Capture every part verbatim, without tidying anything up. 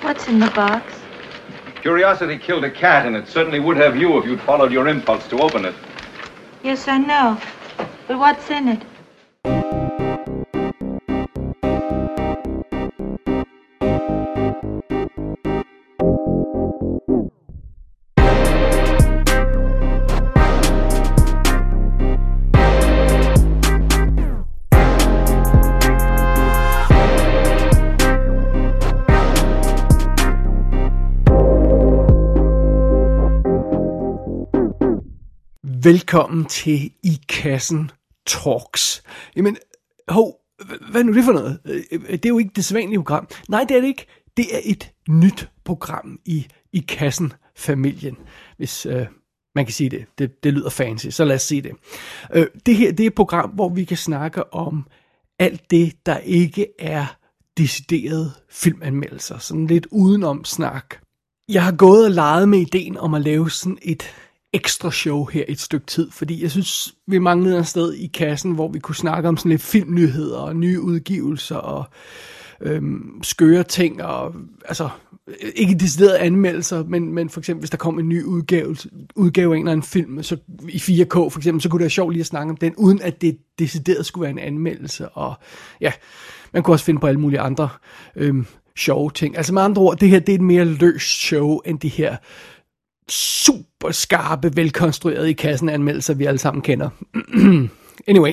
What's in the box? Curiosity killed a cat, and it certainly would have you if you'd followed your impulse to open it. Yes, I know. But what's in it? Velkommen til I Kassen Talks. Jamen, hov, hvad er nu det for noget? Det er jo ikke det sædvanlige program. Nej, det er det ikke. Det er et nyt program i I Kassen-familien, hvis øh, man kan sige det. det. Det lyder fancy, så lad os sige det. Øh, det her, det er et program, hvor vi kan snakke om alt det, der ikke er deciderede filmanmeldelser. Sådan lidt udenom snak. Jeg har gået og leget med ideen om at lave sådan et ekstra show her et stykke tid, fordi jeg synes, vi manglede et sted i kassen, hvor vi kunne snakke om sådan lidt filmnyheder og nye udgivelser og øhm, skøre ting og altså ikke deciderede anmeldelser, men, men for eksempel hvis der kom en ny udgave, udgave af en eller anden film så i fire K for eksempel, så kunne det være sjovt lige at snakke om den, uden at det decideret skulle være en anmeldelse, og ja, man kunne også finde på alle mulige andre øhm, sjove ting. Altså med andre ord, det her det er et mere løst show end de her super skarpe, velkonstruerede i kassen anmeldelser, vi alle sammen kender. Anyway.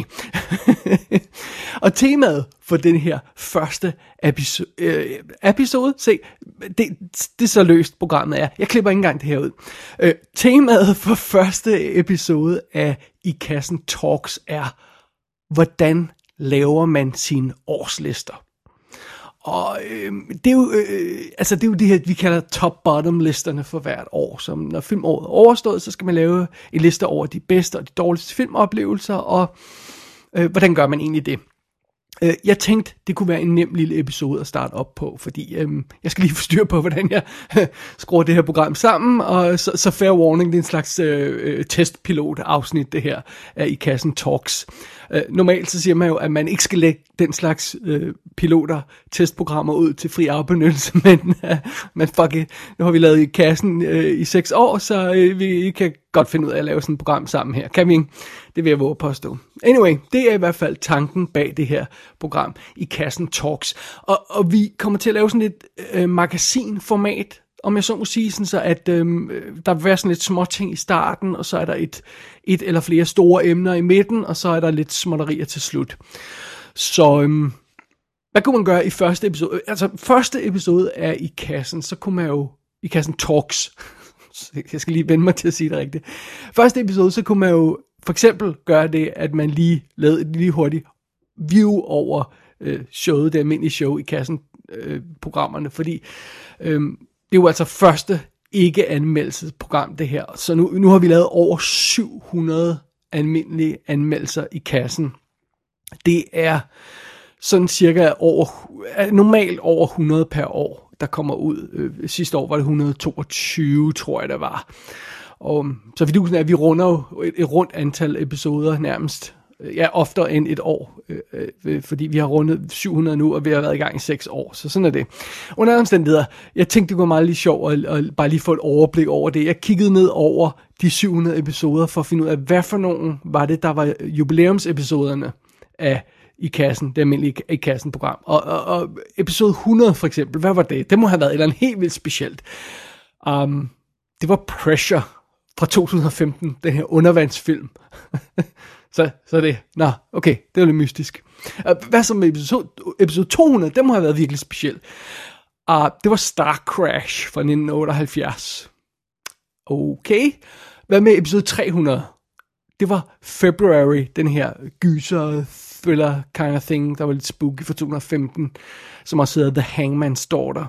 Og temaet for den her første episode, øh, episode se, det, det er så løst programmet er. Jeg klipper ikke engang det her ud. Øh, temaet for første episode af I Kassen Talks er, hvordan laver man sine årslister? Og øh, det er jo øh, altså det er jo det her vi kalder top-bottom listerne for hvert år. Som når filmåret er overstået, så skal man lave en liste over de bedste og de dårligste filmoplevelser, og øh, hvordan gør man egentlig det? Øh, jeg tænkte det kunne være en nem lille episode at starte op på, fordi øh, jeg skal lige få styr på hvordan jeg øh, skruer det her program sammen, og så, så fair warning, det er en slags øh, testpilot afsnit det her af I Kassen Talks. Uh, normalt så siger man jo, at man ikke skal lægge den slags uh, piloter, testprogrammer ud til fri afbenyttelse, men, uh, men fuck it, nu har vi lavet I Kassen uh, i seks år, så uh, vi kan godt finde ud af at lave sådan et program sammen her. Kan vi ikke? Det vil jeg våge at påstå. Anyway, det er i hvert fald tanken bag det her program, I Kassen Talks. Og, og vi kommer til at lave sådan et uh, magasinformat, om jeg så må sige, sådan så at øhm, der vil være sådan lidt småting i starten, og så er der et, et eller flere store emner i midten, og så er der lidt småtterier til slut. Så øhm, hvad kunne man gøre i første episode? Altså første episode er I Kassen, så kunne man jo, I Kassen Talks, jeg skal lige vende mig til at sige det rigtigt. Første episode, så kunne man jo for eksempel gøre det, at man lige lavede et lige hurtigt view over øh, showet, det almindelige show I Kassen øh, programmerne, fordi øhm, det er jo altså første ikke-anmeldelsesprogram, det her. Så nu, nu har vi lavet over syv hundrede almindelige anmeldelser i kassen. Det er sådan cirka over, normalt over hundrede per år, der kommer ud. Sidste år var det et hundrede og toogtyve, tror jeg, der var. Og, så fidusen er, at vi runder jo et, et rundt antal episoder nærmest. Ja, oftere end et år, øh, øh, fordi vi har rundet syv hundrede nu, og vi har været i gang i seks år, så sådan er det. Under omstændigheder, jeg tænkte, det var meget lige sjovt at, at bare lige få et overblik over det. Jeg kiggede ned over de syv hundrede episoder, for at finde ud af, hvad for nogen var det, der var jubilæumsepisoderne af I Kassen, det almindelige I Kassen-program. Og, og, og episode hundrede for eksempel, hvad var det? Det må have været et eller andet helt vildt specielt. Um, det var Pressure fra to tusind og femten, den her undervandsfilm. Så, så det, nå, okay, det var lidt mystisk. Hvad så med episode, episode to hundrede, det må have været virkelig specielt. Uh, det var Star Crash fra nitten otteoghalvfjerds. Okay. Hvad med episode tre hundrede? Det var February, den her gyser, thriller kind of thing, der var lidt spooky fra to tusind og femten, som også hedder The Hangman's Daughter.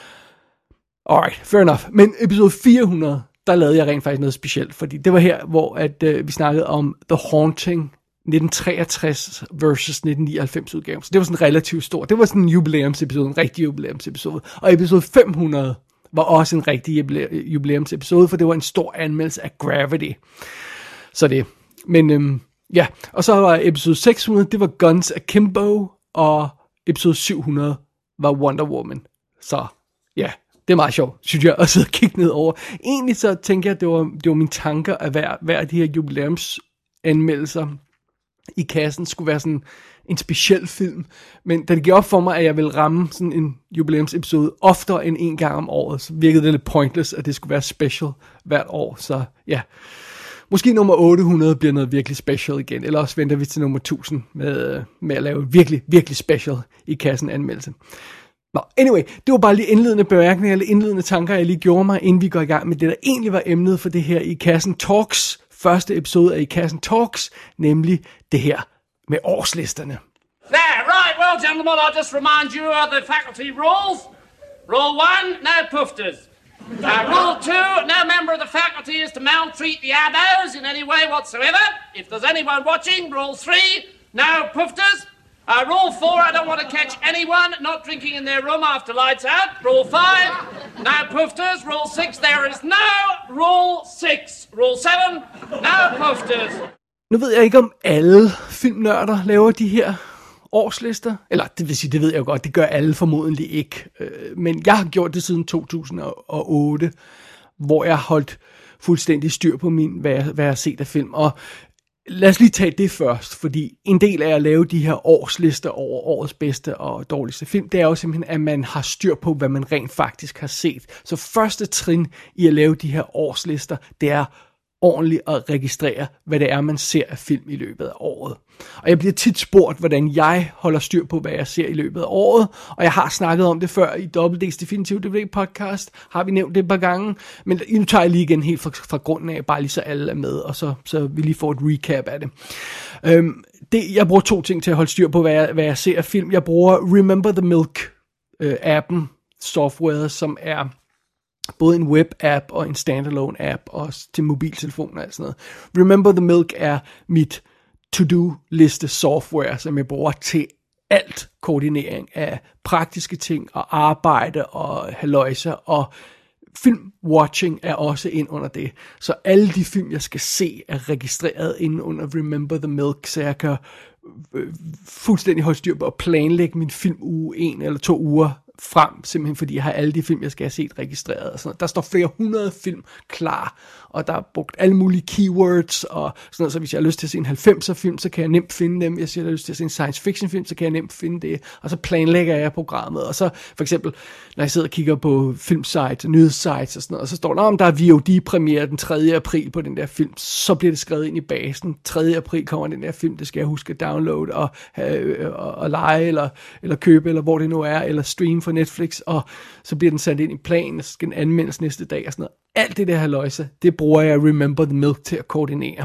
Alright, fair enough. Men episode fire hundrede, der lavede jeg rent faktisk noget specielt, fordi det var her, hvor at, øh, vi snakkede om The Haunting nitten treogtres versus nitten nioghalvfems udgave. Så det var sådan relativt stort. Det var sådan en jubilæumsepisode, en rigtig jubilæumsepisode. Og episode fem hundrede var også en rigtig jubilæumsepisode, for det var en stor anmeldelse af Gravity. Så det. Men øhm, ja, og så var episode seks hundrede, det var Guns Akimbo, og episode syv hundrede var Wonder Woman. Så ja, Det er meget sjovt, synes jeg, at sidde og kigge ned over. Egentlig så tænker jeg, at det var, det var mine tanker, at hver, hver af de her jubilæumsanmeldelser i kassen skulle være sådan en speciel film. Men da det gik op for mig, at jeg ville ramme sådan en jubilæumsepisode oftere end en gang om året, så virkede det lidt pointless, at det skulle være special hvert år. Så ja, måske nummer otte hundrede bliver noget virkelig special igen, eller også venter vi til nummer tusind med, med at lave virkelig, virkelig special i kassen anmeldelse. Nå, anyway, det var bare lige indledende bemærkninger, eller indledende tanker, jeg lige gjorde mig, inden vi går i gang med det, der egentlig var emnet for det her i Kassen Talks, første episode af i Kassen Talks, nemlig det her med årslisterne. There, right, well gentlemen, I'll just remind you of the faculty rules. Rule one, no poofters. Uh, rule two, no member of the faculty is to maltreat the abos in any way whatsoever. If there's anyone watching, rule three, no poofters. Uh, rule four, I don't want to catch anyone not drinking in their room after lights out. Rule five, no poofters. Rule six, there is no rule six. Rule seven, no poofters. Nu ved jeg ikke, om alle filmnørder laver de her årslister. Eller det vil sige, det ved jeg jo godt, det gør alle formodentlig ikke. Men jeg har gjort det siden to tusind og otte, hvor jeg har holdt fuldstændig styr på min, hvad jeg, hvad jeg har set af film. Og lad os lige tage det først, fordi en del af at lave de her årslister over årets bedste og dårligste film, det er jo simpelthen, at man har styr på, hvad man rent faktisk har set. Så første trin i at lave de her årslister, det er ordentligt at registrere, hvad det er, man ser af film i løbet af året. Og jeg bliver tit spurgt, hvordan jeg holder styr på, hvad jeg ser i løbet af året, og jeg har snakket om det før i W D's Definitive D V D podcast, har vi nævnt det et par gange, men nu tager jeg lige igen helt fra, fra grunden af, bare lige så alle er med, og så, så vi lige får et recap af det. Øhm, det. Jeg bruger to ting til at holde styr på, hvad jeg, hvad jeg ser af film. Jeg bruger Remember the Milk-appen, øh, software, som er både en web-app og en standalone-app, og til mobiltelefoner og sådan noget. Remember the Milk er mit to-do-liste software, som jeg bruger til alt koordinering af praktiske ting og arbejde og halløjser, og filmwatching er også ind under det. Så alle de film, jeg skal se, er registreret inde under Remember the Milk, så jeg kan øh, fuldstændig holde styr på at planlægge min filmuge en eller to uger frem, simpelthen fordi jeg har alle de film, jeg skal have set registreret. Og sådan noget. Der står flere hundrede film klar, og der er brugt alle mulige keywords, og sådan noget, så hvis jeg har lyst til at se en halvfemser film, så kan jeg nemt finde dem. Hvis jeg har lyst til at se en science fiction film, så kan jeg nemt finde det, og så planlægger jeg programmet, og så for eksempel, når jeg sidder og kigger på filmsites, nyhedssites og sådan noget, og så står der, om der er V O D-premiere den tredje april på den der film, så bliver det skrevet ind i basen. tredje april kommer den der film, det skal jeg huske at downloade og, øh, og, og lege, eller, eller købe, eller hvor det nu er, eller streame for Netflix, og så bliver den sat ind i planen, og så skal den anmeldes næste dag og sådan noget. Alt det der halløjse, det bruger jeg Remember the Milk til at koordinere.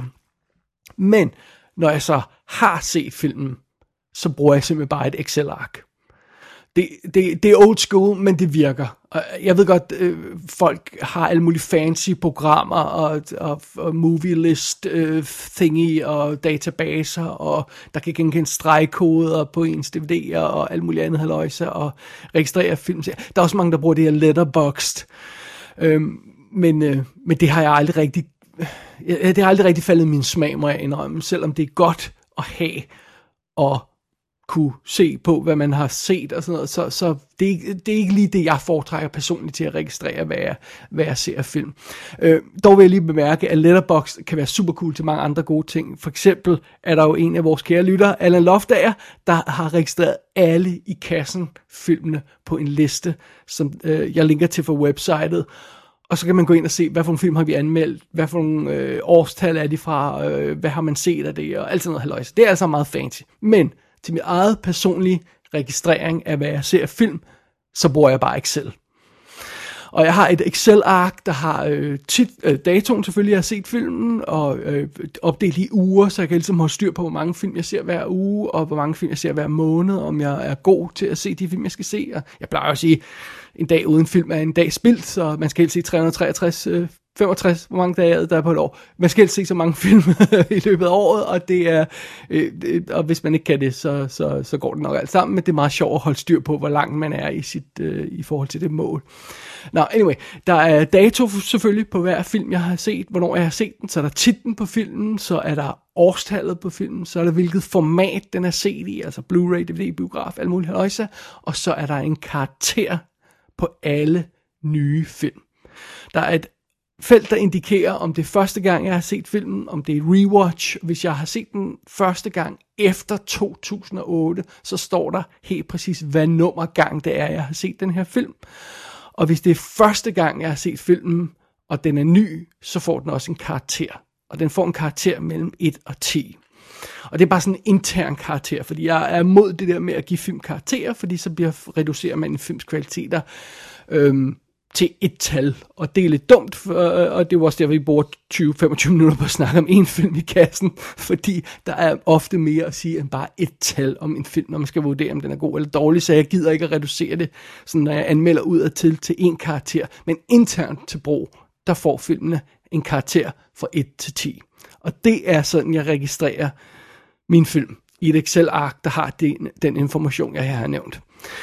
Men når jeg så har set filmen, så bruger jeg simpelthen bare et Excel-ark. Det, det, det er old school, men det virker. Jeg ved godt, øh, folk har alle mulige fancy programmer og, og, og movie list øh, thingy og databaser, og der kan genkende stregkoder på ens D V D'er og alt muligt andet halløjse og registrere film. Der er også mange, der bruger det her Letterboxd. Øh, men, øh, men det har jeg aldrig rigtig, øh, det har aldrig rigtig faldet min smag, må jeg indrømme, selvom det er godt at have og kunne se på, hvad man har set og sådan noget, så, så det, er, det er ikke lige det, jeg foretrækker personligt til at registrere, hvad jeg, hvad jeg ser af film. Øh, dog vil jeg lige bemærke, at Letterboxd kan være super cool til mange andre gode ting. For eksempel er der jo en af vores kære lyttere, Allan Loftager, der har registreret alle i kassen filmene på en liste, som øh, jeg linker til fra websitet. Og så kan man gå ind og se, hvad for en film har vi anmeldt, hvad for nogle øh, årstal er de fra, øh, hvad har man set af det, og alt sådan noget halløjse. Det er altså meget fancy. Men til min eget personlige registrering af, hvad jeg ser af film, så bruger jeg bare Excel. Og jeg har et Excel-ark, der har øh, tit, øh, datoen selvfølgelig, jeg har set filmen, og øh, opdelt i uger, så jeg kan ligesom holde styr på, hvor mange film jeg ser hver uge, og hvor mange film jeg ser hver måned, om jeg er god til at se de film, jeg skal se. Og jeg plejer at sige, en dag uden film er en dag spildt, så man skal helst se tre hundrede og treogtres, øh, femogtres, hvor mange dage der er på et år. Man skal helst se så mange film i løbet af året, og det er, øh, det, og hvis man ikke kan det, så, så, så går det nok alt sammen, men det er meget sjovt at holde styr på, hvor langt man er i, sit, øh, i forhold til det mål. Nå, anyway, der er dato selvfølgelig på hver film, jeg har set, hvornår jeg har set den, så er der titlen på filmen, så er der årstallet på filmen, så er der hvilket format den er set i, altså Blu-ray, D V D, biograf, alt muligt halløjse, og så er der en karakter på alle nye film. Der er et felt, der indikerer, om det er første gang, jeg har set filmen, om det er rewatch. Hvis jeg har set den første gang efter to tusind og otte, så står der helt præcis, hvad nummergang det er, jeg har set den her film. Og hvis det er første gang, jeg har set filmen, og den er ny, så får den også en karakter. Og den får en karakter mellem et og ti. Og det er bare sådan en intern karakter, fordi jeg er imod det der med at give film karakterer, fordi så bliver reducerer man en films kvaliteter øhm, til et tal. Og det er lidt dumt, for, og det er også der, vi bruger tyve til femogtyve minutter på at snakke om en film i kassen, fordi der er ofte mere at sige end bare et tal om en film, når man skal vurdere, om den er god eller dårlig, så jeg gider ikke at reducere det, sådan når jeg anmelder ud af til til en karakter. Men internt til brug, der får filmene en karakter fra et til ti. Og det er sådan, jeg registrerer min film i et Excel-ark, der har den, den information, jeg her har nævnt.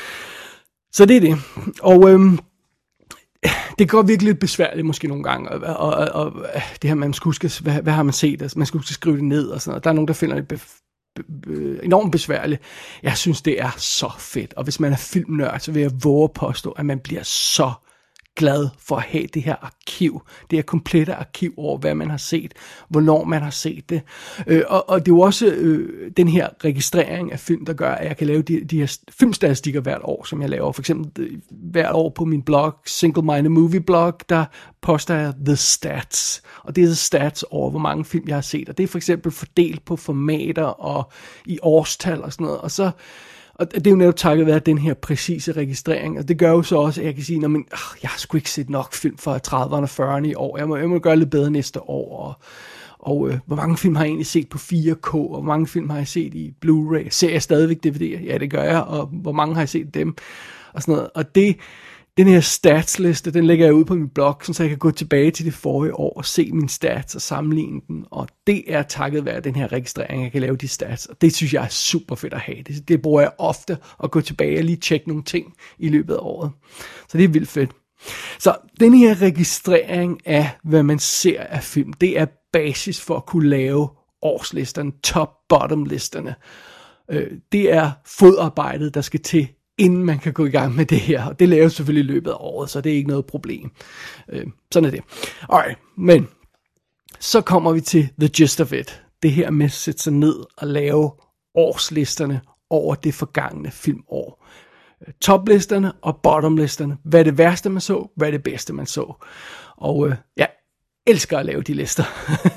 Så det er det. Og øhm, det går virkelig lidt besværligt måske nogle gange, og, og, og, og det her, man skal huske, hvad, hvad har man set, altså, man skal huske at skrive det ned og sådan noget. Der er nogen, der finder det bef- be- enormt besværligt. Jeg synes, det er så fedt, og hvis man er filmnørd, så vil jeg våge at påstå, at man bliver så glad for at have det her arkiv, det her komplette arkiv over, hvad man har set, hvornår man har set det. Øh, og, og det er jo også øh, den her registrering af film, der gør, at jeg kan lave de, de her filmstatistikker hvert år, som jeg laver. For eksempel øh, hvert år på min blog, Single Minded Movie Blog, der poster jeg The Stats. Og det er The Stats over, hvor mange film jeg har set. Og det er for eksempel fordelt på formater og i årstal og sådan noget. Og så Og det er jo netop takket være den her præcise registrering, og det gør jo så også, at jeg kan sige, at jeg har sgu ikke set nok film fra trediverne og fyrrerne i år, jeg må, jeg må gøre lidt bedre næste år, og, og øh, hvor mange film har jeg egentlig set på fire K, og hvor mange film har jeg set i Blu-ray, ser jeg stadigvæk D V D'er? Ja, det gør jeg, og hvor mange har jeg set dem, og sådan noget, og det, den her statsliste, den lægger jeg ud på min blog, så jeg kan gå tilbage til det forrige år og se mine stats og sammenligne den. Og det er takket være den her registrering, jeg kan lave de stats. Og det synes jeg er super fedt at have. Det, det bruger jeg ofte at gå tilbage og lige tjekke nogle ting i løbet af året. Så det er vildt fedt. Så den her registrering af, hvad man ser af film, det er basis for at kunne lave årslisterne, top-bottom-listerne. Det er fodarbejdet, der skal til, inden man kan gå i gang med det her. Og det laves selvfølgelig i løbet af året, så det er ikke noget problem. Øh, sådan er det. Alright, men så kommer vi til the gist of it. Det her med at sætte sig ned og lave årslisterne over det forgangne filmår. Toplisterne og bottomlisterne. Hvad er det værste, man så? Hvad er det bedste, man så? Og øh, ja, elsker at lave de lister.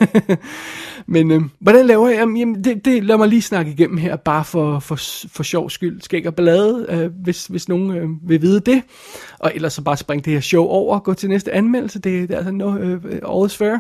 Men øh, hvordan laver jeg? Jamen, det, det lad mig lige snakke igennem her, bare for, for, for sjov skyld. Skæg og ballade, øh, hvis, hvis nogen øh, vil vide det. Og ellers så bare springe det her show over og gå til næste anmeldelse. Det, det er altså no, øh, all is fair.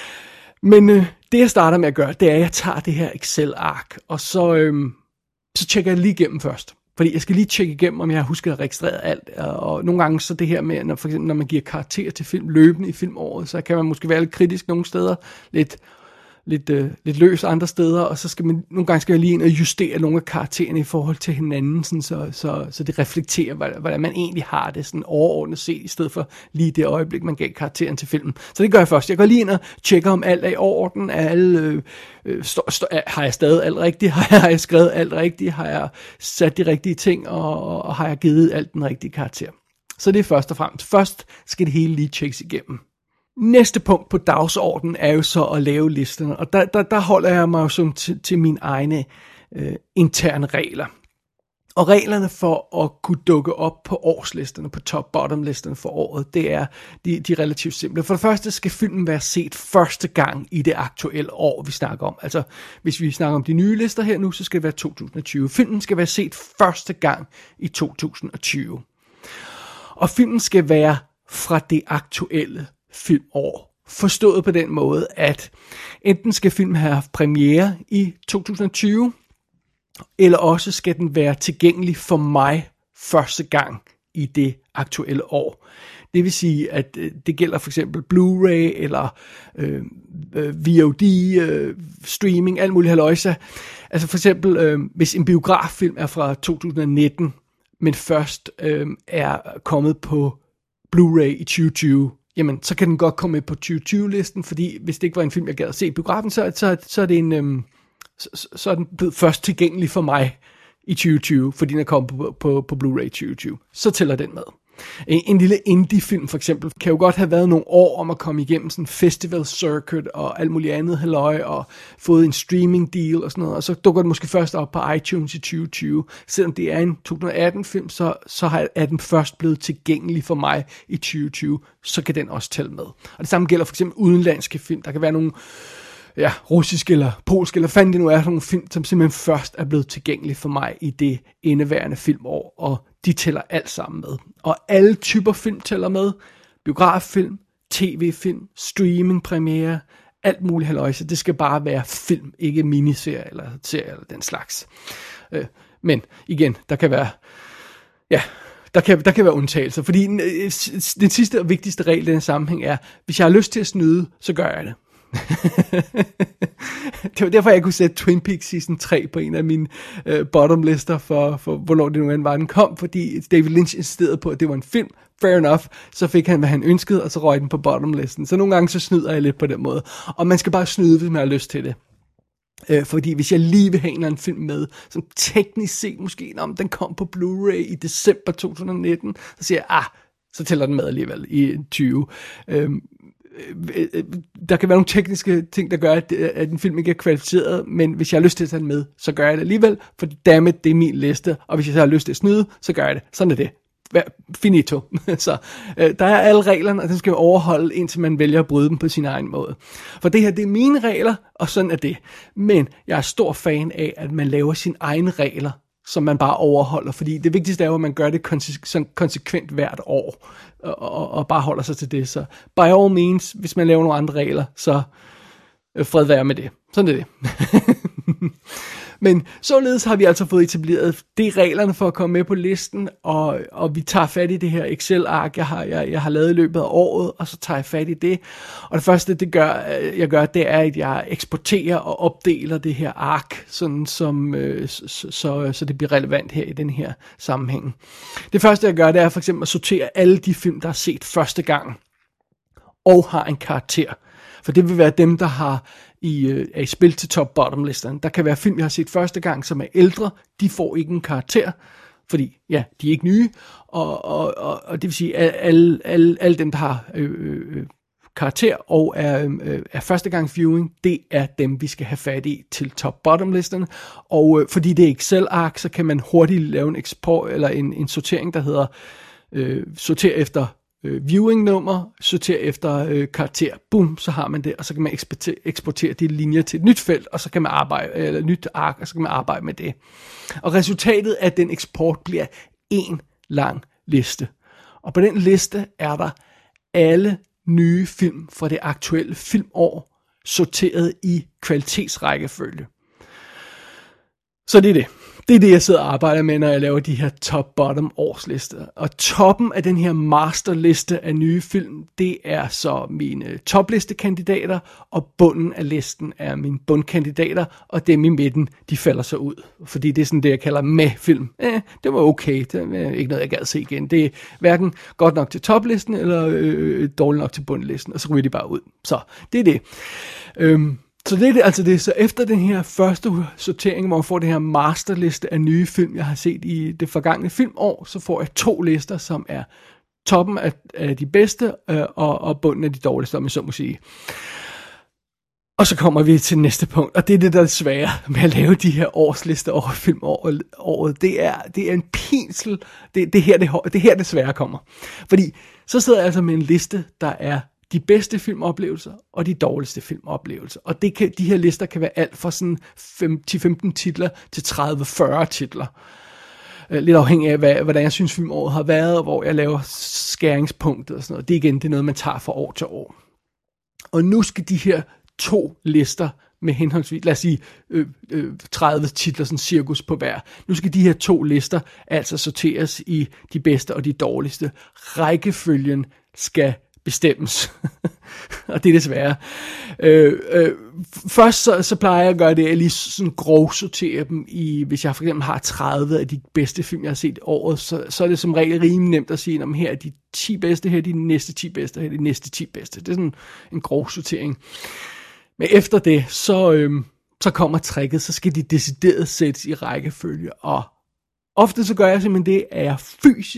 Men øh, det jeg starter med at gøre, det er, at jeg tager det her Excel-ark, og så, øh, så tjekker jeg lige igennem først. Fordi jeg skal lige tjekke igennem, om jeg har husket at registrere alt. Og nogle gange så det her med, når, for eksempel, når man giver karakter til film løbende i filmåret, så kan man måske være lidt kritisk nogle steder, lidt, lidt, øh, lidt løs andre steder, og så skal man nogle gange skal jeg lige ind og justere nogle af karaktererne i forhold til hinanden, sådan, så, så, så det reflekterer, hvordan man egentlig har det sådan overordnet set, i stedet for lige det øjeblik, man gav karakteren til filmen. Så det gør jeg først. Jeg går lige ind og tjekker, om alt er i orden, er alle, øh, øh, stå, stå, er, har jeg stadig alt rigtigt, har jeg, har jeg skrevet alt rigtigt, har jeg sat de rigtige ting, og, og har jeg givet alt den rigtige karakter. Så det er først og fremmest. Først skal det hele lige tjekkes igennem. Næste punkt på dagsordenen er jo så at lave listerne, og der, der, der holder jeg mig jo som til, til mine egne øh, interne regler. Og reglerne for at kunne dukke op på årslisterne, på top-bottom-listerne for året, det er de, de er relativt simple. For det første skal filmen være set første gang i det aktuelle år, vi snakker om. Altså, hvis vi snakker om de nye lister her nu, så skal det være to tusind og tyve. Filmen skal være set første gang i to tusind og tyve. Og filmen skal være fra det aktuelle filmår. Forstået på den måde, at enten skal filmen have haft premiere i to tusind og tyve, eller også skal den være tilgængelig for mig første gang i det aktuelle år. Det vil sige, at det gælder for eksempel Blu-ray eller øh, V O D, øh, streaming, alt muligt halløjsa. Altså for eksempel, øh, hvis en biograffilm er fra to tusind og nitten, men først øh, er kommet på Blu-ray i tyve tyve, jamen, så kan den godt komme med på tyve tyve-listen, fordi hvis det ikke var en film, jeg gad at se i biografen, så, så, så er det en, øhm, så, så er den blevet først tilgængelig for mig i tyve tyve, fordi den er kommet på, på, på Blu-ray tyve tyve. Så tæller den med. En, en lille indie-film for eksempel kan jo godt have været nogle år om at komme igennem sådan en festival circuit og alt muligt andet halløj og fået en streaming deal og sådan noget, og så dukker den måske først op på iTunes i tyve tyve. Selvom det er en to tusind og atten film, så, så er den først blevet tilgængelig for mig i tyve tyve, så kan den også tælle med. Og det samme gælder for eksempel udenlandske film. Der kan være nogle ja, russiske eller polske, eller fandt det nu er nogle film, som simpelthen først er blevet tilgængelige for mig i det indeværende filmår, og de tæller alt sammen med. Og alle typer film tæller med. Biograffilm, tv-film, streaming, premiere, alt muligt halløjse. Det skal bare være film, ikke miniserie eller serie eller den slags. Men igen, der kan være, ja, der kan, der kan være undtagelser, fordi den, den sidste og vigtigste regel i den sammenhæng er, hvis jeg har lyst til at snyde, så gør jeg det. Det var derfor, jeg kunne sætte Twin Peaks Season tre på en af mine øh, bottom-lister for, for, hvornår det nu end var, den kom, fordi David Lynch insisterede på, at det var en film. Fair enough. Så fik han, hvad han ønskede, og så røg den på bottom-listen. Så nogle gange, så snyder jeg lidt på den måde. Og man skal bare snyde, hvis man har lyst til det. Øh, fordi hvis jeg lige vil have en eller anden film med, som teknisk set måske, om den kom på Blu-ray i december to tusind og nitten, så siger jeg, ah, så tæller den med alligevel i tyve. Øh, Der kan være nogle tekniske ting, der gør, at, at en film ikke er kvalificeret, men hvis jeg har lyst til at tage den med, så gør jeg det alligevel, for dammit, det er min liste, og hvis jeg så har lyst til at snyde, så gør jeg det. Sådan er det. Finito. Så øh, der er alle reglerne, og det skal man overholde, indtil man vælger at bryde dem på sin egen måde. For det her, det er mine regler, og sådan er det. Men jeg er stor fan af, at man laver sine egne regler, som man bare overholder, fordi det vigtigste er jo, at man gør det konse- konsekvent hvert år, og, og, og bare holder sig til det. Så by all means, hvis man laver nogle andre regler, så øh, fred være med det. Sådan er det. Men således har vi altså fået etableret de reglerne for at komme med på listen, og, og vi tager fat i det her Excel-ark, jeg har, jeg, jeg har lavet i løbet af året, og så tager jeg fat i det. Og det første, det gør, jeg gør, det er, at jeg eksporterer og opdeler det her ark, sådan som, øh, så, så, så det bliver relevant her i den her sammenhæng. Det første, jeg gør, det er for eksempel at sortere alle de film, der er set første gang, og har en karakter. For det vil være dem, der har i, øh, er i spil til top-bottom-listerne. Der kan være film, jeg har set første gang, som er ældre. De får ikke en karakter, fordi ja, de er ikke nye. Og, og, og, og det vil sige, at alle, alle, alle dem, der har øh, øh, karakter og er, øh, er første gang viewing, det er dem, vi skal have fat i til top-bottom-listerne. Og øh, fordi det er Excel-ark, så kan man hurtigt lave en eksport eller en, en sortering, der hedder øh, sorter efter viewing-nummer, sortere efter øh, karakter, boom, så har man det, og så kan man eksportere, eksportere de linjer til et nyt felt, og så kan man arbejde, eller et nyt ark, og så kan man arbejde med det. Og resultatet af den eksport bliver en lang liste. Og på den liste er der alle nye film fra det aktuelle filmår, sorteret i kvalitetsrækkefølge. Så det er det. Det er det, jeg sidder og arbejder med, når jeg laver de her top-bottom årslister. Og toppen af den her masterliste af nye film, det er så mine toplistekandidater, og bunden af listen er mine bundkandidater, og dem i midten, de falder så ud. Fordi det er sådan det, jeg kalder med-film. Eh, det var okay, det er ikke noget, jeg gad se igen. Det er hverken godt nok til toplisten, eller øh, dårligt nok til bundlisten, og så ryger de bare ud. Så det er det. Øhm, Så det er det, altså det. Så efter den her første sortering, hvor man får det her masterliste af nye film, jeg har set i det forgangne filmår, så får jeg to lister, som er toppen af, af de bedste, øh, og, og bunden af de dårligste, om jeg så må sige. Og så kommer vi til næste punkt, og det er det, der er svære med at lave de her årslister over filmåret. Det er, det er en pinsel, det, det, her, det, det her det svære kommer. Fordi så sidder jeg altså med en liste, der er de bedste filmoplevelser og de dårligste filmoplevelser. Og det kan, de her lister kan være alt fra sådan fem til femten titler til tredive til fyrre titler. Lidt afhængig af, hvad, hvordan jeg synes filmåret har været, og hvor jeg laver skæringspunkter og sådan noget. Det er igen det er noget, man tager fra år til år. Og nu skal de her to lister med henholdsvis, lad os sige, øh, øh, tredive titler, sådan cirkus på hver. Nu skal de her to lister altså sorteres i de bedste og de dårligste. Rækkefølgen skal bestemmes. Og det er desværre. Øh, øh, først så, så plejer jeg at gøre det, at jeg lige sådan grovsortere dem i, hvis jeg for eksempel har tredive af de bedste film, jeg har set i året, så, så er det som regel rimelig nemt at sige, at her er de ti bedste, her er de næste ti bedste, her er de næste ti bedste. Det er sådan en grovsortering. Men efter det, så, øh, så kommer tricket, så skal de decideret sættes i rækkefølge, og ofte så gør jeg simpelthen det, at jeg fysisk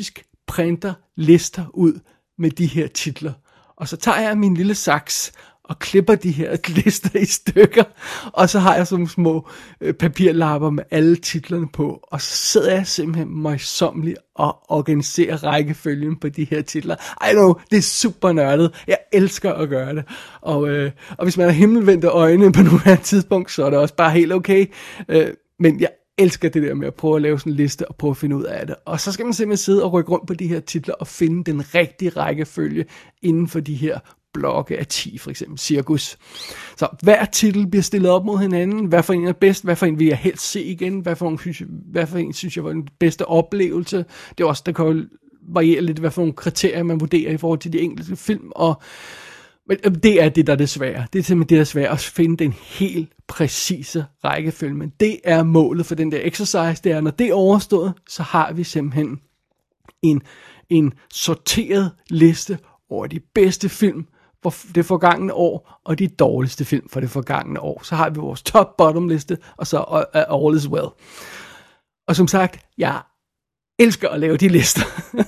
printer lister ud med de her titler. Og så tager jeg min lille saks og klipper de her lister i stykker, og så har jeg sådan små øh, papirlapper med alle titlerne på, og så sidder jeg simpelthen møjsommeligt og organiserer rækkefølgen på de her titler. I know, det er super nørdet. Jeg elsker at gøre det. Og, øh, og hvis man har himmelvendte øjne på nuværende tidspunkt, så er det også bare helt okay. Øh, men jeg elsker det der med at prøve at lave sådan en liste og prøve at finde ud af det. Og så skal man simpelthen sidde og rykke rundt på de her titler og finde den rigtige rækkefølge inden for de her blokke af ti, for eksempel cirkus. Så hver titel bliver stillet op mod hinanden. Hvad for en er bedst? Hvad for en vil jeg helst se igen? Hvad for en synes jeg, hvad for en synes jeg var den bedste oplevelse? Det er også, der kan variere lidt, hvad for nogle kriterier man vurderer i forhold til de enkelte film. Og men det er det, der er det svære. Det er simpelthen det, der er svært at finde den helt præcise rækkefølge. Men det er målet for den der exercise. Det er, når det er overstået, så har vi simpelthen en, en sorteret liste over de bedste film for det forgangne år, og de dårligste film for det forgangne år. Så har vi vores top-bottom liste, og så uh, all is well. Og som sagt, jeg elsker at lave de lister.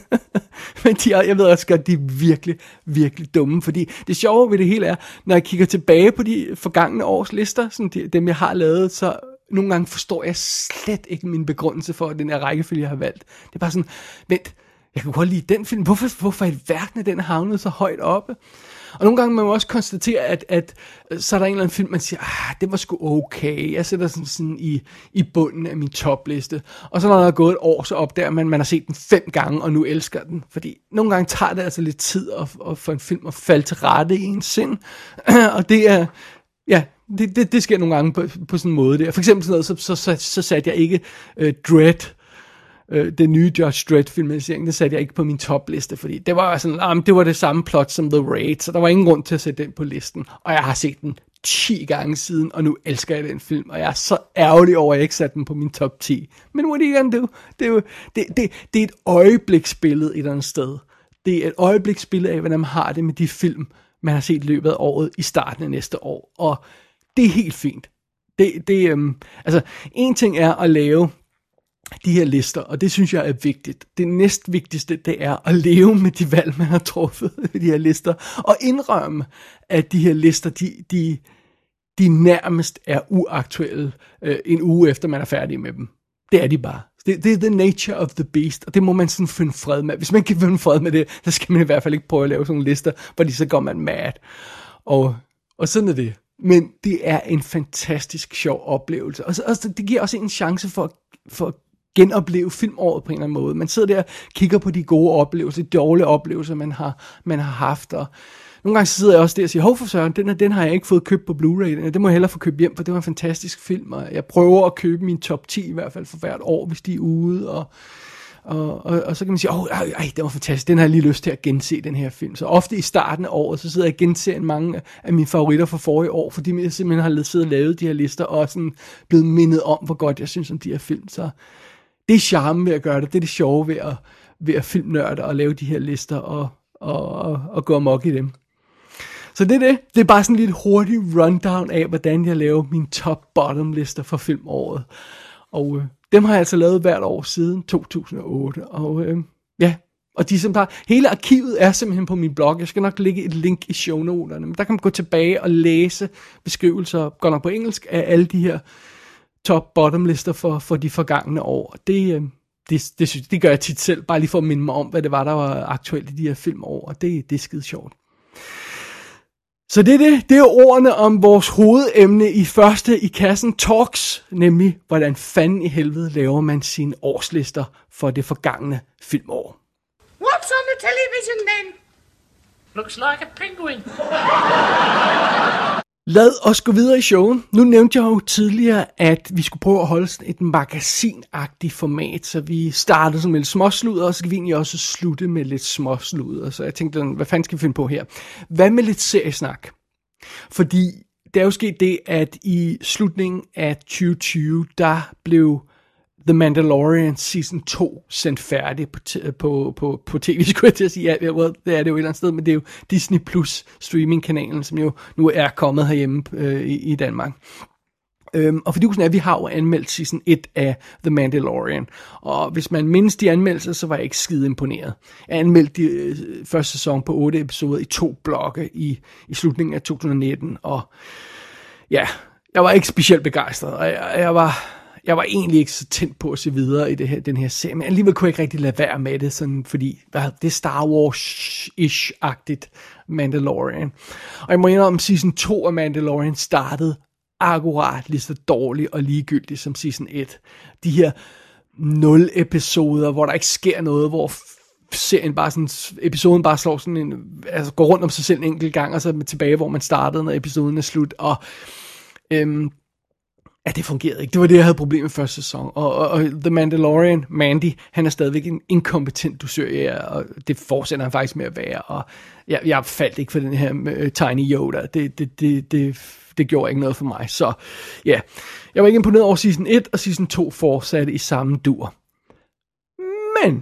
Men de er, jeg ved også godt, de er virkelig, virkelig dumme, fordi det sjove ved det hele er, når jeg kigger tilbage på de forgangne års lister, sådan de, dem jeg har lavet, så nogle gange forstår jeg slet ikke min begrundelse for den her rækkefølge, jeg har valgt. Det er bare sådan, vent, jeg kan godt lide den film, hvorfor, hvorfor i verden er den havnet så højt oppe? Og nogle gange må man også konstatere, at, at så er der en eller anden film, man siger, ah, det var sgu okay. Jeg sætter sådan, sådan i, i bunden af min topliste. Og så når der er gået et år, så opdager man, at man har set den fem gange, og nu elsker den. Fordi nogle gange tager det altså lidt tid at, at få en film at falde til rette i en sind. Og det er, ja, det, det, det sker nogle gange på, på sådan en måde der. For eksempel sådan noget, så, så, så, så satte jeg ikke uh, Dread, Øh, den nye Judge Dredd-filmatisering, det satte jeg ikke på min topliste, fordi det var sådan, ah, det var det samme plot som The Raid, så der var ingen grund til at sætte den på listen. Og jeg har set den ti gange siden, og nu elsker jeg den film, og jeg er så ærgerlig over, at jeg ikke satte den på min top ti. Men what are you gonna do? Det er jo, det, det, det er et øjebliksbillede et eller andet sted. Det er et øjebliksbillede af, hvordan man har det med de film, man har set i løbet af året, i starten af næste år. Og det er helt fint. Det, det, øhm, altså, en ting er at lave de her lister, og det synes jeg er vigtigt. Det næstvigtigste, det er at leve med de valg, man har truffet i de her lister, og indrømme, at de her lister, de, de, de nærmest er uaktuelle øh, en uge efter, man er færdig med dem. Det er de bare. Det, det er the nature of the beast, og det må man sådan finde fred med. Hvis man kan finde fred med det, så skal man i hvert fald ikke prøve at lave sådan nogle lister, fordi så går man mad. Og, og sådan er det. Men det er en fantastisk sjov oplevelse, og, så, og det giver også en chance for, for genopleve filmåret på en eller anden måde. Man sidder der og kigger på de gode oplevelser, de dårlige oplevelser, man har, man har haft. Og nogle gange sidder jeg også der og siger, hov for søren, den, den har jeg ikke fået købt på Blu-ray. Den må jeg hellere få købt hjem, for det var en fantastisk film. Og jeg prøver at købe min top ti i hvert fald for hvert år, hvis de er ude. Og, og, og, og så kan man sige, åh, ej, ej, det var fantastisk. Den har jeg lige lyst til at gense, den her film. Så ofte i starten af året, så sidder jeg og genser mange af mine favoritter fra forrige år, fordi jeg simpelthen har siddet og lavet de her lister, og sådan blevet mindet om, hvor godt jeg synes om de her film. Så det er charmen ved at gøre det. Det er det sjove ved at, ved at filmnørde og lave de her lister og, og, og, og gå amok i dem. Så det er det. Det er bare sådan en lidt hurtig rundown af, hvordan jeg laver mine top-bottom lister for filmåret. Og øh, dem har jeg altså lavet hvert år siden to tusind og otte. Og øh, ja, og de som der, hele arkivet er simpelthen på min blog. Jeg skal nok lægge et link i shownoterne. Men der kan man gå tilbage og læse beskrivelser, godt nok på engelsk, af alle de her top-bottom lister for, for de forgangne år. Det, det, det, det gør jeg tit selv, bare lige for at minde mig om, hvad det var, der var aktuelt i de her filmår, og det, det er skide sjovt. Så det er det. Det er ordene om vores hovedemne i første i kassen Talks, nemlig hvordan fanden i helvede laver man sine årslister for det forgangne filmår. What's on the television then? Looks like a penguin. Lad os gå videre i showet. Nu nævnte jeg jo tidligere, at vi skulle prøve at holde sådan et magasinagtigt format, så vi startede sådan med lidt småsludder, og så kan vi egentlig også slutte med lidt småsludder. Så jeg tænkte, hvad fanden skal vi finde på her? Hvad med lidt seriesnak? Fordi det er jo sket det, at i slutningen af tyve tyve, der blev The Mandalorian Season to sendt færdig på, t- på, på, på tv, skulle jeg til at sige. Ja, well, det er det jo et eller andet sted, men det er jo Disney Plus streamingkanalen, som jo nu er kommet herhjemme øh, i, i Danmark. Øhm, og fidusen er, at vi har jo anmeldt season et af The Mandalorian, og hvis man mindes de anmeldelser, så var jeg ikke skide imponeret. Jeg anmeldte de øh, første sæson på otte episoder i to blokke i, i slutningen af to tusind nitten, og ja, jeg var ikke specielt begejstret, og jeg, jeg var... Jeg var egentlig ikke så tændt på at se videre i det her, den her serie, men alligevel kunne jeg ikke rigtig lade være med det, sådan, fordi det er Star Wars-ish-agtigt Mandalorian. Og jeg må indrømme, at season to af Mandalorian startede akkurat lige så dårligt og ligegyldigt som season et. De her nul episoder, hvor der ikke sker noget, hvor serien bare sådan, episoden bare slår sådan en, altså går rundt om sig selv en enkelt gang, og så tilbage, hvor man startede, når episoden er slut, og øhm, ja, det fungerede ikke. Det var det, jeg havde problemer med første sæson. Og, og, og The Mandalorian, Mandy, han er stadigvæk en inkompetent dusør, og det fortsætter han faktisk med at være. Og jeg, jeg faldt ikke for den her uh, Tiny Yoda. Det, det, det, det, det gjorde ikke noget for mig. Så ja, yeah. Jeg var ikke imponeret over season et, og season to fortsatte i samme dur. Men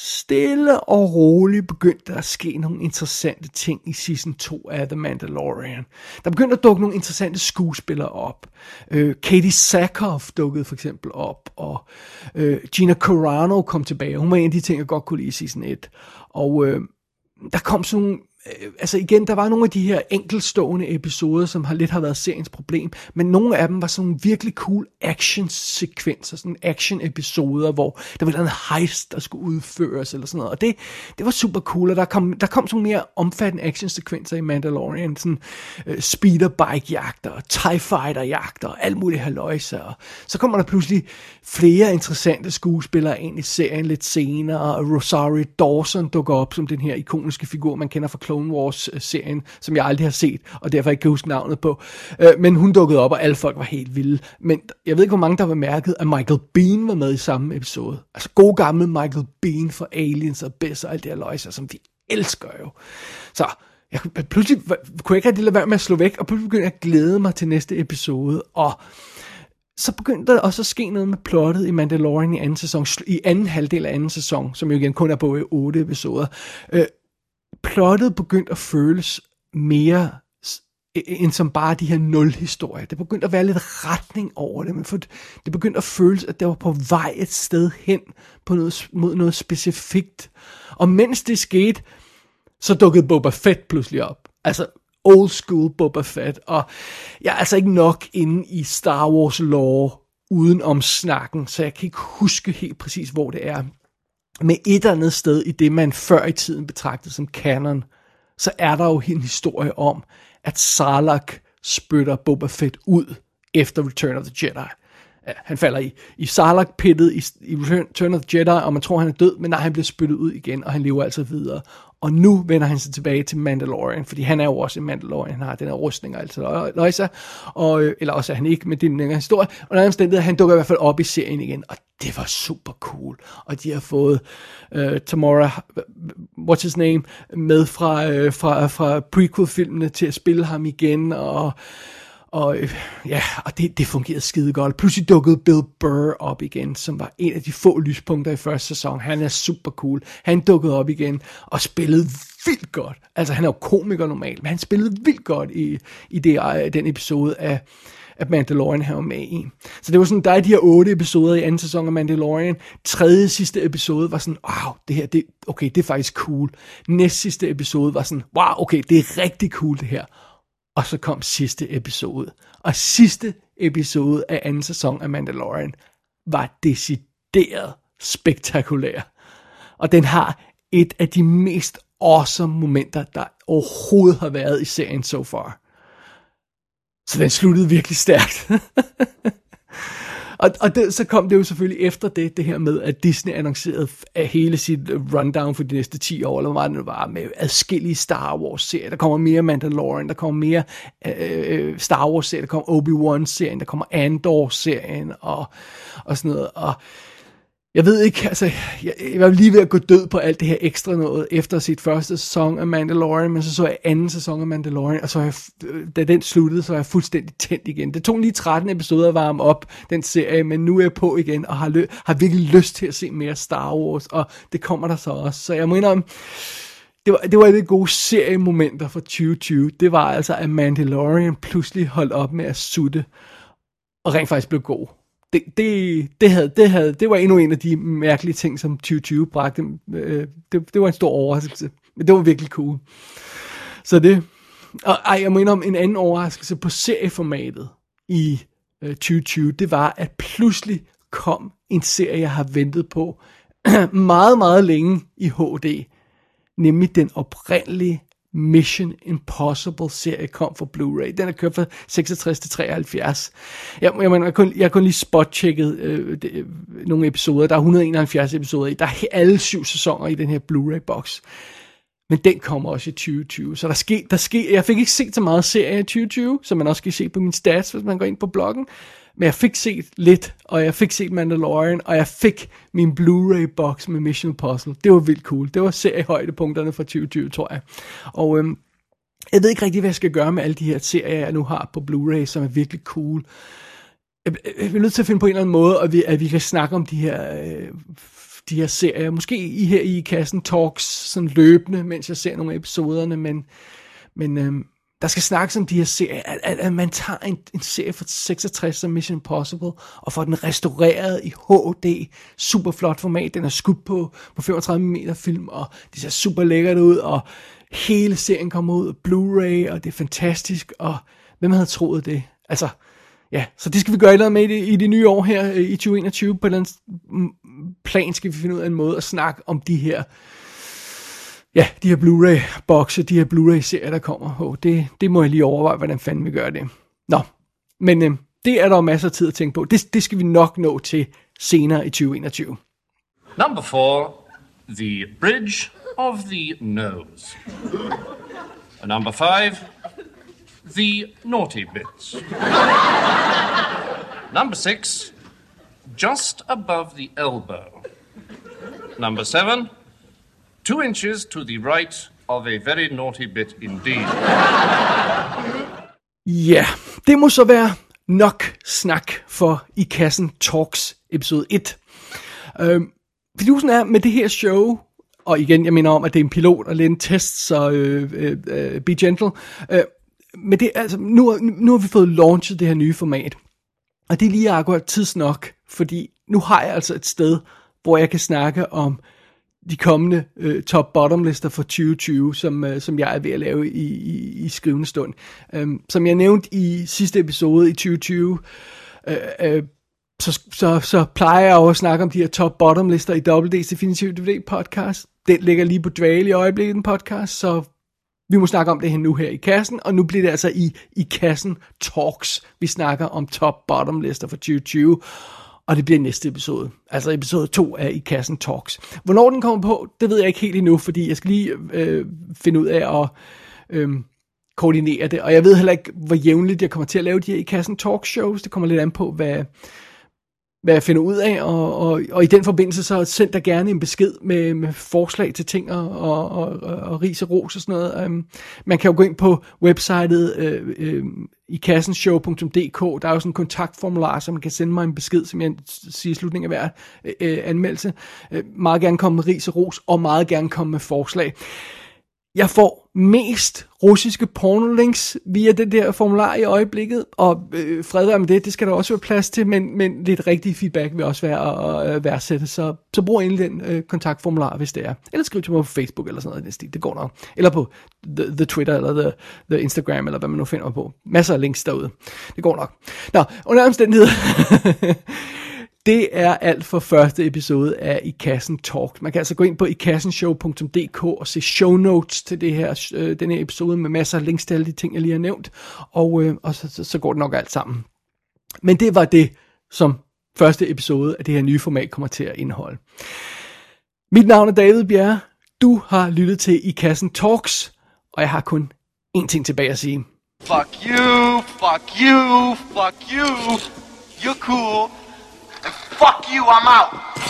stille og roligt begyndte der at ske nogle interessante ting i season to af The Mandalorian. Der begyndte at dukke nogle interessante skuespillere op. Øh, Katie Sackhoff dukkede for eksempel op, og øh, Gina Carano kom tilbage. Hun var en af de ting, jeg godt kunne lide i season et. Og øh, der kom sådan nogle... Altså igen, der var nogle af de her enkeltstående episoder, som har lidt har været seriens problem, men nogle af dem var sådan virkelig cool action-sekvenser, sådan action-episoder, hvor der var en heist, der skulle udføres, eller sådan noget, og det, det var super cool, og der kom, der kom sådan mere omfattende action-sekvenser i Mandalorian, sådan uh, speederbike-jagter, TIE Fighter-jagter, og alt muligt halløjse, og så kommer der pludselig flere interessante skuespillere ind i serien lidt senere, og Rosario Dawson dukker op som den her ikoniske figur, man kender fra Clone Wars-serien, som jeg aldrig har set, og derfor ikke kan huske navnet på. Øh, men hun dukkede op, og alle folk var helt vilde. Men jeg ved ikke, hvor mange der var mærket, at Michael Biehn var med i samme episode. Altså god gammel Michael Biehn fra Aliens og Abyss og alt det her løjser, som vi elsker jo. Så jeg, pludselig kunne jeg ikke rigtig lade være med at slå væk, og pludselig begyndte jeg at glæde mig til næste episode, og så begyndte der også at ske noget med plottet i Mandalorian i anden sæson, i anden halvdel af anden sæson, som jo igen kun er på otte episoder. Øh, plottet begyndte at føles mere end som bare de her nul-historier. Det begyndte at være lidt retning over det, men for det begyndte at føles, at det var på vej et sted hen på noget, mod noget specifikt. Og mens det skete, så dukkede Boba Fett pludselig op. Altså old school Boba Fett. Og jeg er altså ikke nok inde i Star Wars lore uden om snakken, så jeg kan ikke huske helt præcis, hvor det er. Med et eller andet sted i det, man før i tiden betragtede som canon, så er der jo en historie om, at Sarlacc spytter Boba Fett ud efter Return of the Jedi. Ja, han falder i, i Sarlacc-pittet i, i Return of the Jedi, og man tror, han er død, men nej, han bliver spyttet ud igen, og han lever altså videre. Og nu vender han sig tilbage til Mandalorian, fordi han er jo også en Mandalorian, han har den her rustning og alt så løjser, og, eller også er han ikke, men det er en længere historie, og der er omstændighed, han dukker i hvert fald op i serien igen, og det var super cool, og de har fået uh, Tamora, what's his name, med fra, uh, fra, fra prequel-filmene til at spille ham igen, og Og ja, og det, det fungerede skide godt. Pludselig dukkede Bill Burr op igen, som var en af de få lyspunkter i første sæson. Han er super cool. Han dukkede op igen og spillede vildt godt. Altså, han er jo komiker normalt, men han spillede vildt godt i, i det, den episode af, af Mandalorian, han var med i. Så det var sådan, der er de her otte episoder i anden sæson af Mandalorian. Tredje sidste episode var sådan, wow, det her, det, okay, det er faktisk cool. Næst sidste episode var sådan, wow, okay, det er rigtig cool det her. Og så kom sidste episode. Og sidste episode af anden sæson af Mandalorian var decideret spektakulær. Og den har et af de mest awesome momenter, der overhovedet har været i serien so far. Så den sluttede virkelig stærkt. Og, og det, så kom det jo selvfølgelig efter det, det her med, at Disney annoncerede af hele sit rundown for de næste ti år, eller hvad det var, med adskillige Star Wars-serier. Der kommer mere Mandalorian, der kommer mere øh, Star Wars-serier, der kommer Obi-Wan-serien, der kommer Andor-serien, og, og sådan noget. Og jeg ved ikke, altså, jeg, jeg var lige ved at gå død på alt det her ekstra noget, efter sit første sæson af Mandalorian, men så så jeg anden sæson af Mandalorian, og så jeg, da den sluttede, så var jeg fuldstændig tændt igen. Det tog lige tretten episoder at varme op, den serie, men nu er jeg på igen, og har, lø- har virkelig lyst til at se mere Star Wars, og det kommer der så også. Så jeg må indrømme, det var, det var et gode seriemomenter for tyve tyve. Det var altså, at Mandalorian pludselig holdt op med at sutte. og rent faktisk blev god. Det, det, det, havde, det, havde, det var endnu en af de mærkelige ting, som tyve tyve bragte. Øh, det, det var en stor overraskelse, men det var virkelig cool. Så det, og ej, jeg må indrømme en anden overraskelse på serieformatet i øh, tyve tyve, det var, at pludselig kom en serie, jeg har ventet på meget, meget længe i H D, nemlig den oprindelige Mission Impossible serie kom fra Blu-ray. Den er kørt fra seksogtres til treoghalvfjerds. Jeg, jeg, jeg, jeg, kun, jeg kun lige spot-checket øh, de, nogle episoder. Der er et hundrede og enoghalvfjerds episoder i. Der er alle syv sæsoner i den her Blu-ray-boks. Men den kommer også i tyve tyve. Så der sker, der sker, jeg fik ikke set så meget serie i tyve tyve, som man også kan se på min stats, hvis man går ind på bloggen. Men jeg fik set lidt, og jeg fik set Mandalorian, og jeg fik min Blu-ray-box med Mission Impossible. Det var vildt cool. Det var seriehøjdepunkterne fra tyve tyve, tror jeg. Og øhm, jeg ved ikke rigtig, hvad jeg skal gøre med alle de her serier, jeg nu har på Blu-ray, som er virkelig cool. Jeg, jeg er nødt til at finde på en eller anden måde, at vi, at vi kan snakke om de her, øh, de her serier. Måske I her i kassen talks sådan løbende, mens jeg ser nogle af episoderne, men... men øhm, der skal snakkes om de her serier, at, at, at man tager en, en serie fra seksogtres som Mission Impossible, og får den restaureret i H D, super flot format, den er skudt på, på femogtredive millimeter film, og det ser super lækkert ud, og hele serien kommer ud af Blu-ray, og det er fantastisk, og hvem havde troet det? Altså, ja, så det skal vi gøre et eller andet med i det, i det nye år her, i tyve enogtyve, på en eller anden plan skal vi finde ud af en måde at snakke om de her Ja, de her Blu-ray-bokse, de her Blu-ray-serier, der kommer. Oh, det, det må jeg lige overveje, hvordan fanden vi gør det. Nå, men øh, det er der jo masser af tid at tænke på. Det, det skal vi nok nå til senere i tyve enogtyve. Number four, the bridge of the nose. Number five, the naughty bits. Number six, just above the elbow. Number seven, two inches to the right of a very naughty bit indeed. Ja, yeah, det må så være nok snak for I Kassen Talks episode et. Øhm, fidusen er med det her show, og igen, jeg mener om, at det er en pilot og lidt en test, så øh, øh, øh, be gentle. Øh, men det, altså, nu, nu har vi fået launchet det her nye format, og det er lige akkurat tidsnok, fordi nu har jeg altså et sted, hvor jeg kan snakke om de kommende øh, top-bottom lister for tyve tyve, som, øh, som jeg er ved at lave i, i, i skrivende stund. Um, som jeg nævnte i sidste episode i tyve tyve, øh, øh, så, så, så plejer jeg jo at snakke om de her top-bottom lister i W D's Definitive D V D podcast. Den ligger lige på Dvale i øjeblikket, den podcast, så vi må snakke om det her nu her i kassen, og nu bliver det altså i, i kassen Talks, vi snakker om top-bottom lister for tyve tyve. Og det bliver næste episode. Altså episode to af I Kassen Talks. Hvornår den kommer på, det ved jeg ikke helt endnu, fordi jeg skal lige øh, finde ud af at øh, koordinere det. Og jeg ved heller ikke, hvor jævnligt jeg kommer til at lave de her I Kassen Talks shows. Det kommer lidt an på, hvad, hvad jeg finder ud af. Og, og, og i den forbindelse, så send dig gerne en besked med, med forslag til ting og, og, og, og ris og ros og sådan noget. Um, man kan jo gå ind på websitet øh, øh, i kassenshow punktum d k. Der er jo sådan en kontaktformular, så man kan sende mig en besked, som jeg siger i slutningen af hver øh, anmeldelse. Øh, meget gerne komme med ris og ros, og meget gerne komme med forslag. Jeg får mest russiske pornolinks via det der formular i øjeblikket, og øh, fred være med det, det skal der også være plads til, men, men lidt rigtig feedback vil også være at øh, værdsætte, så, så brug endelig den øh, kontaktformular, hvis det er. Eller skriv til mig på Facebook eller sådan noget, det, stil. Det går nok. Eller på the, the Twitter, eller the, the Instagram, eller hvad man nu finder på. Masser af links derude. Det går nok. Nå, under omstændigheder. Det er alt for første episode af I Kassen Talk. Man kan altså gå ind på i kassenshow punktum d k og se show notes til det her, øh, den her episode med masser af links til alle de ting, jeg lige har nævnt. Og, øh, og så, så, så går det nok alt sammen. Men det var det, som første episode af det her nye format kommer til at indeholde. Mit navn er David Bjerre. Du har lyttet til I Kassen Talks, og jeg har kun én ting tilbage at sige. Fuck you, fuck you, fuck you. You're cool. Fuck you, I'm out.